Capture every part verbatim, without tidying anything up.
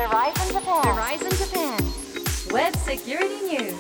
Verizon Japan. Verizon Japan. Web Security News.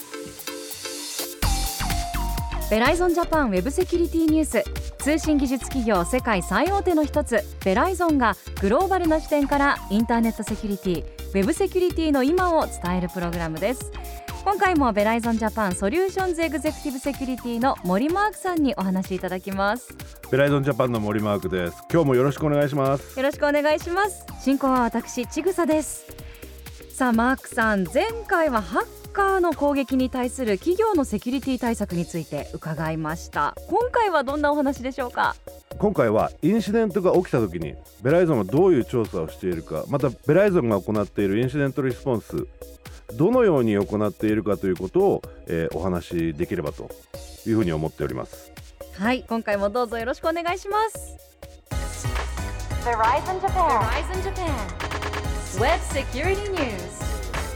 ベライゾンジャパンウェブセキュリティニュース。通信技術企業世界最大手の一つベライゾンがグローバルな視点からインターネットセキュリティ、ウェブセキュリティの今を伝えるプログラムです。今回もベライゾンジャパンソリューションズエグゼクティブセキュリティの森マークさんにお話しいただきます。 ベライゾンジャパンの森マークです。今日もよろしくお願いします。 よろしくお願いします。進行は私ちぐさです。さあマークさん、前回はハッカーの攻撃に対する企業のセキュリティ対策について伺いました。今回はどんなお話でしょうか？ 今回はインシデントが起きた時にベライゾンはどういう調査をしているか、またベライゾンが行っているインシデントレスポンスどのように行っているかということを、えー、お話しできればというふうに思っております。 はい、今回もどうぞよろしくお願いします。 Verizon Japan. Verizon Japan. Web Security News.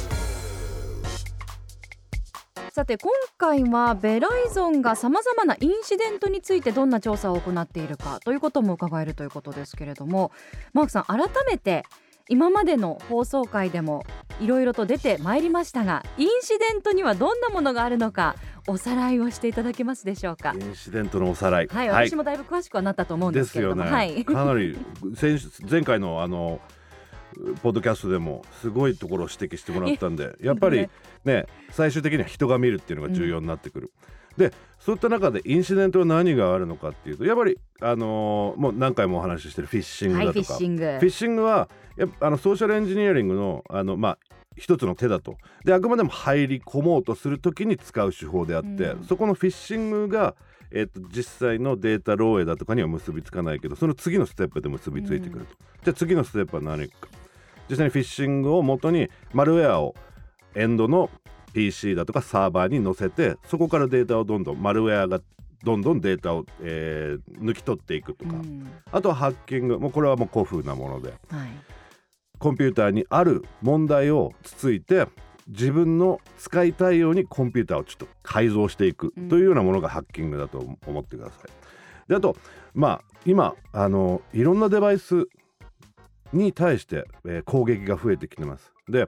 さて今回はベライゾンがさまざまなインシデントについてどんな調査を行っているかということも伺えるということですけれども、マークさん、改めて今までの放送回でもいろいろと出てまいりましたが、インシデントにはどんなものがあるのかおさらいをしていただけますでしょうか？ インシデントのおさらい、 はい、私もだいぶ詳しくはなったと思うんですけれども、 ですよね、 はい、 かなり先前回のあのポッドキャストでもすごいところを指摘してもらったんでやっぱりね、最終的には人が見るっていうのが重要になってくる、うん、でそういった中でインシデントは何があるのかっていうと、やっぱり、あのー、もう何回もお話ししてるフィッシングだとか、 はい、フィッシングフィッシングはやっぱあのソーシャルエンジニアリングの、あの、まあ、一つの手だと。であくまでも入り込もうとするときに使う手法であって、うん、そこのフィッシングがえー、と実際のデータ漏洩だとかには結びつかないけど、その次のステップで結びついてくると、うん、じゃあ次のステップは何か、実際にフィッシングを元にマルウェアをエンドの ピーシー だとかサーバーに載せて、そこからデータをどんどんマルウェアがどんどんデータを、えー、抜き取っていくとか、うん、あとはハッキング、もうこれはもう古風なもので、はい、コンピューターにある問題をつついて自分の使いたいようにコンピューターをちょっと改造していくというようなものがハッキングだと思ってください。であと、まあ、今あのいろんなデバイスに対して、えー、攻撃が増えてきてます。で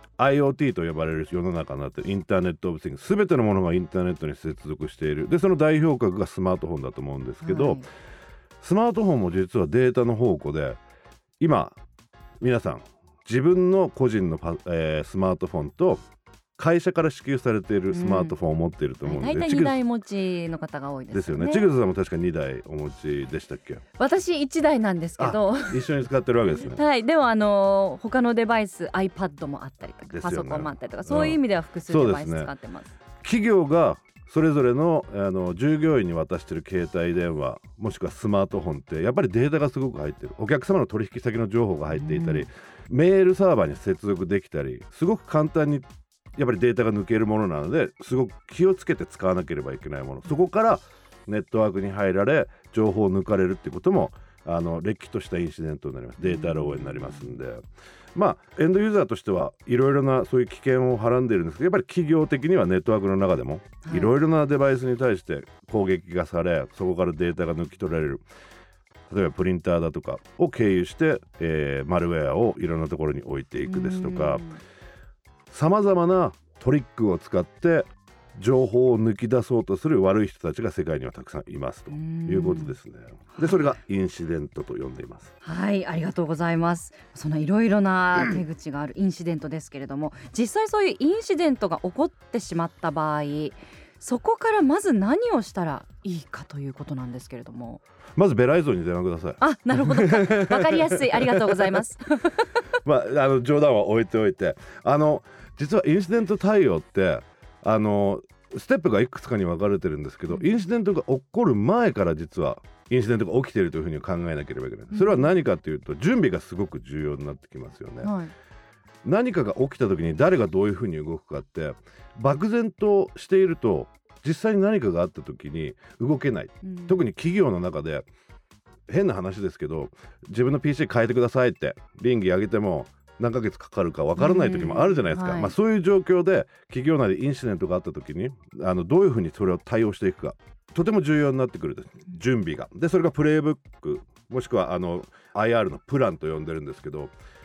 IoT と呼ばれる世の中になってインターネットオブシングス、全てのものがインターネットに接続している。でその代表格がスマートフォンだと思うんですけど、はい、スマートフォンも実はデータの宝庫で、今皆さん自分の個人のパ、えー、スマートフォンと会社から支給されているスマートフォンを持っていると思うので、 大体にだい持ちの方が多いですよね。 ですよね。ちぐささんも確かにだいお持ちでしたっけ？ 私いちだいなんですけど一緒に使ってるわけですね。 はい、でもあの他のデバイス iPad もあったりとか、ね、パソコンもあったりとか、そういう意味では複数デバイス使ってます。 ね、企業がそれぞれ の, あの従業員に渡している携帯電話もしくはスマートフォンってやっぱりデータがすごく入ってる。お客様の取引先の情報が入っていたり、うん、メールサーバーに接続できたり、すごく簡単にやっぱりデータが抜けるものなので、すごく気をつけて使わなければいけないもの。そこからネットワークに入られ情報を抜かれるってこともあのれっきとしたインシデントになります。データ漏洩になりますんで、まあエンドユーザーとしてはいろいろなそういう危険をはらんでいるんですけど、やっぱり企業的にはネットワークの中でもいろいろなデバイスに対して攻撃がされ、そこからデータが抜き取られる。例えばプリンターだとかを経由して、えー、マルウェアをいろんなところに置いていくですとか、さまざまなトリックを使って情報を抜き出そうとする悪い人たちが世界にはたくさんいますということですね。でそれがインシデントと呼んでいます。 はい、ありがとうございます。そのいろいろな手口があるインシデントですけれども、実際そういうインシデントが起こってしまった場合、そこからまず何をしたらいいかということなんですけれども、 まずベライゾンに電話ください。 あ、なるほど、わかりやすい、ありがとうございますまあ、あの冗談は置いておいて、あの実はインシデント対応ってあのステップがいくつかに分かれてるんですけど、インシデントが起こる前から実はインシデントが起きているというふうに考えなければいけない。それは何かというと、準備がすごく重要になってきますよね、はい、何かが起きた時に誰がどういうふうに動くかって漠然としていると、実際に何かがあった時に動けない、うん、特に企業の中で変な話ですけど、自分の ピーシー 変えてくださいって臨機上げても何ヶ月かかるか分からない時もあるじゃないですか、はい、まあ、そういう状況で企業内でインシデントがあった時にあのどういうふうにそれを対応していくか、とても重要になってくるです、準備が。でそれがプレイブックもしくはあの アイアール のプランと呼んでるんですけど、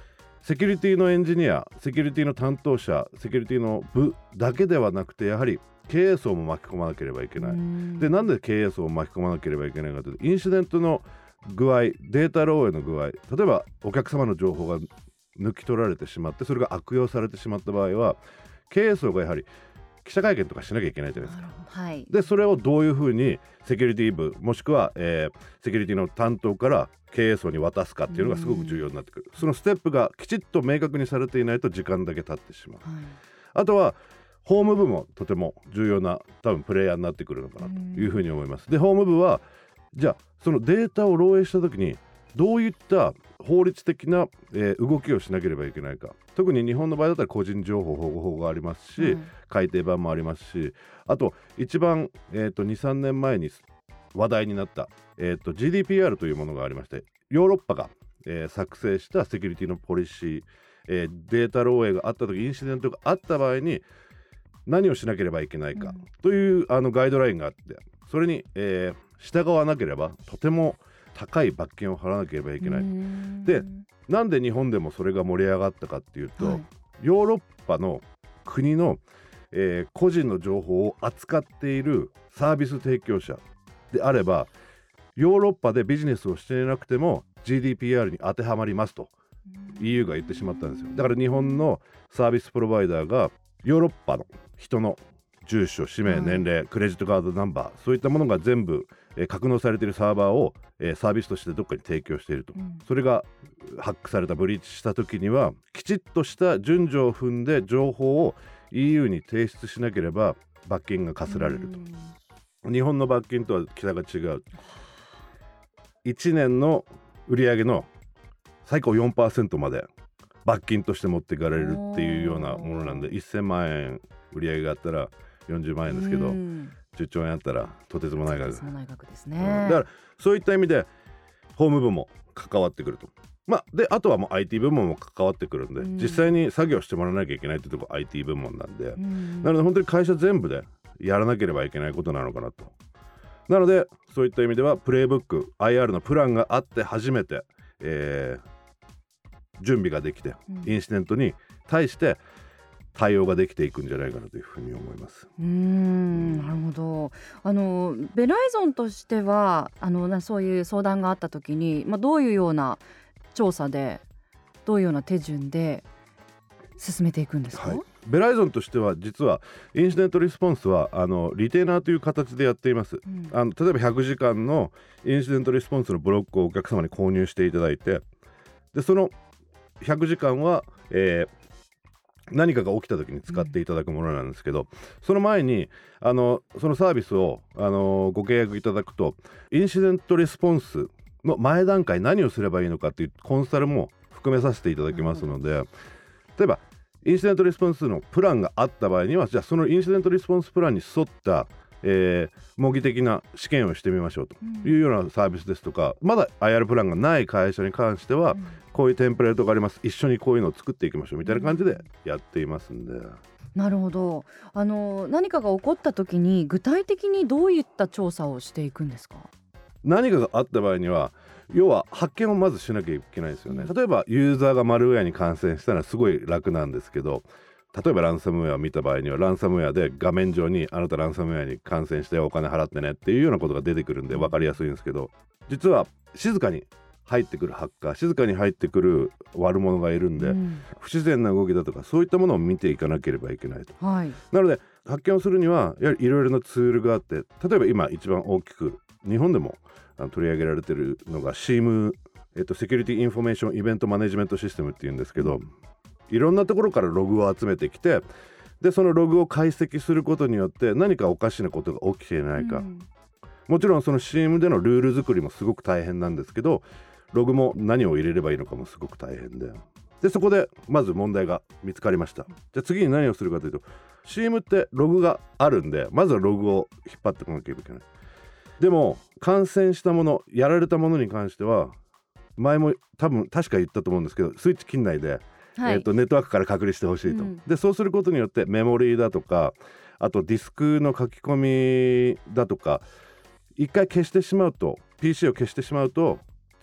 セキュリティのエンジニア、セキュリティの担当者、セキュリティの部だけではなくて、やはり経営層も巻き込まなければいけない。で、なんで経営層を巻き込まなければいけないかというと、インシデントの具合、データ漏洩の具合、例えばお客様の情報が抜き取られてしまって、それが悪用されてしまった場合は、経営層がやはり記者会見とかしなきゃいけないじゃないですか。 はい、 でそれをどういうふうにセキュリティ部もしくは、えー、セキュリティの担当から経営層に渡すかっていうのがすごく重要になってくる。そのステップがきちっと明確にされていないと時間だけ経ってしまう、はい、あとは法務部もとても重要な多分プレイヤーになってくるのかなというふうに思います。で、法務部はじゃあそのデータを漏洩した時にどういった法律的な、えー、動きをしなければいけないか。特に日本の場合だったら個人情報保護法がありますし、うん、改訂版もありますし、あと一番、えー、とにさんねんまえに話題になった、えー、と ジーディーピーアール というものがありまして、ヨーロッパが、えー、作成したセキュリティのポリシー、えー、データ漏洩があった時、インシデントがあった場合に何をしなければいけないかという、うん、あのガイドラインがあって、それに、えー、従わなければとても高い罰金を払わなければいけない。で、なんで日本でもそれが盛り上がったかっていうと、はい、ヨーロッパの国の、えー、個人の情報を扱っているサービス提供者であれば、ヨーロッパでビジネスをしていなくても ジーディーピーアール に当てはまりますと イーユー が言ってしまったんですよ。だから日本のサービスプロバイダーがヨーロッパの人の住所、氏名、年齢、クレジットカードナンバー、そういったものが全部、えー、格納されているサーバーを、えー、サービスとしてどっかに提供していると、うん、それがハックされた、ブリーチした時にはきちっとした順序を踏んで情報を イーユー に提出しなければ罰金が課せられると、うん、日本の罰金とは桁が違う。いちねんの売上の最高 よんパーセント まで罰金として持っていかれるっていうようなものなんで、せんまんえん売上があったらよんじゅうまんえんですけど、じゅっちょうえんあったらとてつもない額、とてつもない額ですね、うん、だからそういった意味で法務部も関わってくると。まあ、であとはもう アイティー 部門も関わってくるんで、うん、実際に作業してもらわなきゃいけないってとこ アイティー 部門なんで、うん、なので本当に会社全部でやらなければいけないことなのかなと。なのでそういった意味ではプレイブック アイアール のプランがあって初めて、えー、準備ができて、うん、インシデントに対して対応ができていくんじゃないかなというふうに思います。 うーん、なるほど。あのベライゾンとしてはあのそういう相談があった時に、まあ、どういうような調査でどういうような手順で進めていくんですか？はい、 ベライゾンとしては実はインシデントリスポンスはあのリテーナーという形でやっています、うん、あの例えばひゃくじかんのインシデントリスポンスのブロックをお客様に購入していただいて、でそのひゃくじかんは、えー何かが起きた時に使っていただくものなんですけど、うん、その前にあのそのサービスをあのご契約いただくと、インシデントレスポンスの前段階何をすればいいのかっていうコンサルも含めさせていただきますので、うん、例えばインシデントレスポンスのプランがあった場合には、じゃあそのインシデントレスポンスプランに沿ったえー、模擬的な試験をしてみましょうというようなサービスですとか、うん、まだ アイアール プランがない会社に関しては、うん、こういうテンプレートがあります、一緒にこういうのを作っていきましょうみたいな感じでやっていますんで、うん、 なるほど。あの何かが起こった時に具体的にどういった調査をしていくんですか？ 何かがあった場合には要は発見をまずしなきゃいけないですよね。例えばユーザーがマルウェアに感染したらすごい楽なんですけど、例えばランサムウェアを見た場合にはランサムウェアで画面上にあなたランサムウェアに感染してお金払ってねっていうようなことが出てくるんで分かりやすいんですけど、実は静かに入ってくるハッカー、静かに入ってくる悪者がいるんで、うん、不自然な動きだとかそういったものを見ていかなければいけないと、はい、なので発見をするにはやはりいろいろなツールがあって、例えば今一番大きく日本でも取り上げられているのが シーエム、えっと、セキュリティインフォメーションイベントマネジメントシステムっていうんですけど、いろんなところからログを集めてきて、でそのログを解析することによって何かおかしなことが起きていないか、うん、もちろんその シーエム でのルール作りもすごく大変なんですけど、ログも何を入れればいいのかもすごく大変で、でそこでまず問題が見つかりました。じゃあ次に何をするかというと、 シーエム ってログがあるんでまずはログを引っ張ってこなきゃいけない。でも感染したもの、やられたものに関しては前も多分確か言ったと思うんですけど、スイッチ切んないではい、えー、とネットワークから隔離してほしいと、うん、でそうすることによってメモリーだとか、あとディスクの書き込みだとか、一回消してしまうと ピーシー を消してしまうと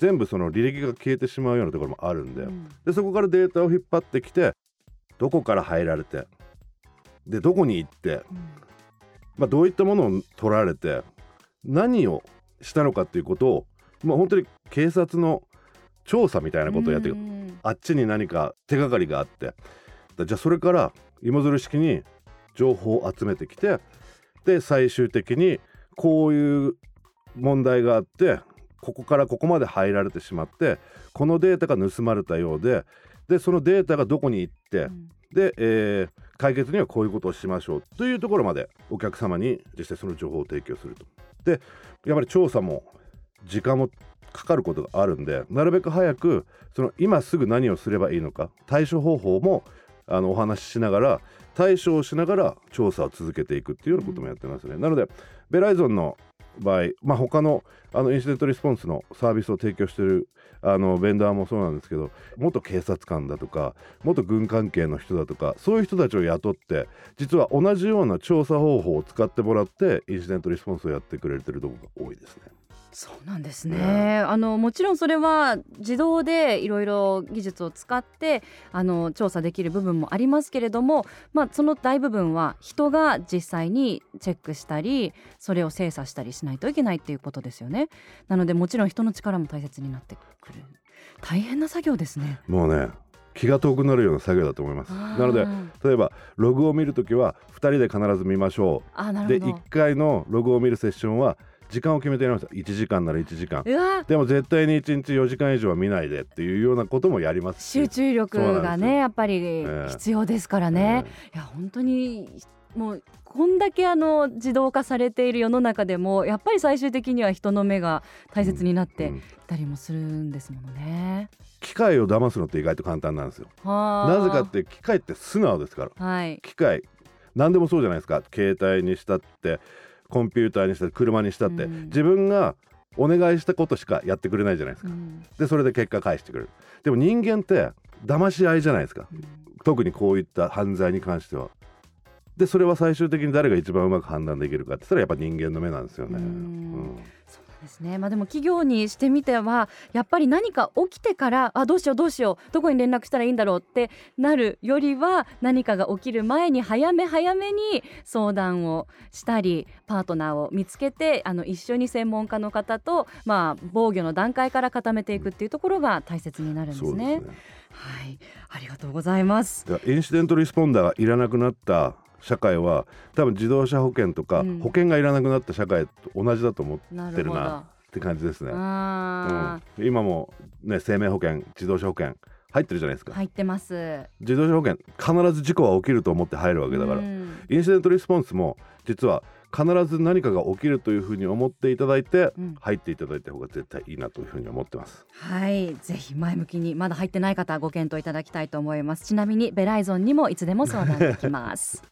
全部その履歴が消えてしまうようなところもあるんで、 うん、 でそこからデータを引っ張ってきてどこから入られてでどこに行って、 うんまあ、どういったものを取られて何をしたのかっていうことを、まあ、本当に警察の調査みたいなことをやってる、 うん、 あっちに何か手がかりがあってじゃあそれから芋づる式に情報を集めてきてで最終的にこういう問題があってここからここまで入られてしまってこのデータが盗まれたようででそのデータがどこに行って、うん、で、えー、解決にはこういうことをしましょうというところまでお客様に実際その情報を提供すると。でやっぱり調査も時間もかかることがあるんでなるべく早くその今すぐ何をすればいいのか対処方法もあのお話ししながら対処をしながら調査を続けていくっていうようなこともやってますね、うん、なのでベライゾンの場合、まあ、他のあのインシデントリスポンスのサービスを提供しているあのベンダーもそうなんですけど元警察官だとか元軍関係の人だとかそういう人たちを雇って実は同じような調査方法を使ってもらってインシデントリスポンスをやってくれてるところが多いですね。 そうなんですね、あのもちろんそれは自動でいろいろ技術を使ってあの調査できる部分もありますけれども、まあ、その大部分は人が実際にチェックしたりそれを精査したりしないといけないっていうことですよね。なのでもちろん人の力も大切になってくる。大変な作業ですね。 もうね気が遠くなるような作業だと思います。なので例えばログを見るときはふたりで必ず見ましょう。 あ、なるほど。 でいっかいのログを見るセッションは時間を決めてやりました。いちじかんならいちじかん。でも絶対にいちにちよじかん以上は見ないでっていうようなこともやりますし、 集中力がねやっぱり必要ですからね、えー、いや本当にもうこんだけあの自動化されている世の中でもやっぱり最終的には人の目が大切になっていたりもするんですものね、うんうん、 機械を騙すのって意外と簡単なんですよ。なぜかって機械って素直ですから、はい、機械何でもそうじゃないですか。携帯にしたってコンピューターにしたって車にしたって、うん、自分がお願いしたことしかやってくれないじゃないですか、うん、でそれで結果返してくれる。でも人間って騙し合いじゃないですか、うん、特にこういった犯罪に関しては。でそれは最終的に誰が一番うまく判断できるかって言ったらやっぱ人間の目なんですよね。うん、うんですね。まあ、でも企業にしてみてはやっぱり何か起きてからあどうしようどうしようどこに連絡したらいいんだろうってなるよりは何かが起きる前に早め早めに相談をしたりパートナーを見つけてあの一緒に専門家の方と、まあ、防御の段階から固めていくっていうところが大切になるんですね。そうですね。はい、ありがとうございます。 インシデントリスポンダーがいらなくなった社会は多分自動車保険とか、うん、保険がいらなくなった社会と同じだと思ってるなって感じですね。あ、うん、今も、ね、生命保険自動車保険入ってるじゃないですか。 入ってます。 自動車保険必ず事故は起きると思って入るわけだから、うん、インシデントリスポンスも実は必ず何かが起きるというふうに思っていただいて、うん、入っていただいた方が絶対いいなというふうに思ってます。 はい、ぜひ前向きにまだ入ってない方はご検討いただきたいと思います。ちなみにベライゾンにもいつでも相談できます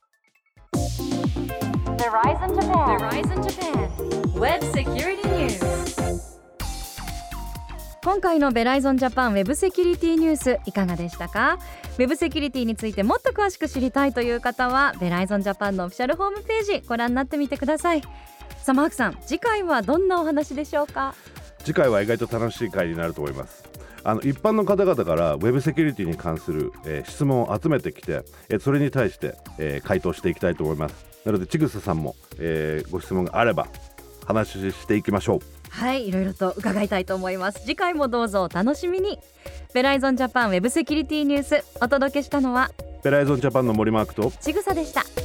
Verizon Japan. Verizon Japan. Web Security News. 今回のベライゾンジャパンウェブセキュリティニュースいかがでしたか。ウェブセキュリティについてもっと詳しく知りたいという方はベライゾンジャパンのオフィシャルホームページご覧になってみてください。さあマークさん、次回はどんなお話でしょうか。 次回は意外と楽しい回になると思います。あの一般の方々からウェブセキュリティに関する、えー、質問を集めてきて、えー、それに対して、えー、回答していきたいと思います。なのでちぐささんも、えー、ご質問があれば話していきましょう。 はい、いろいろと伺いたいと思います。次回もどうぞお楽しみに。ベライゾンジャパンウェブセキュリティニュースお届けしたのはベライゾンジャパンの森マークとちぐさでした。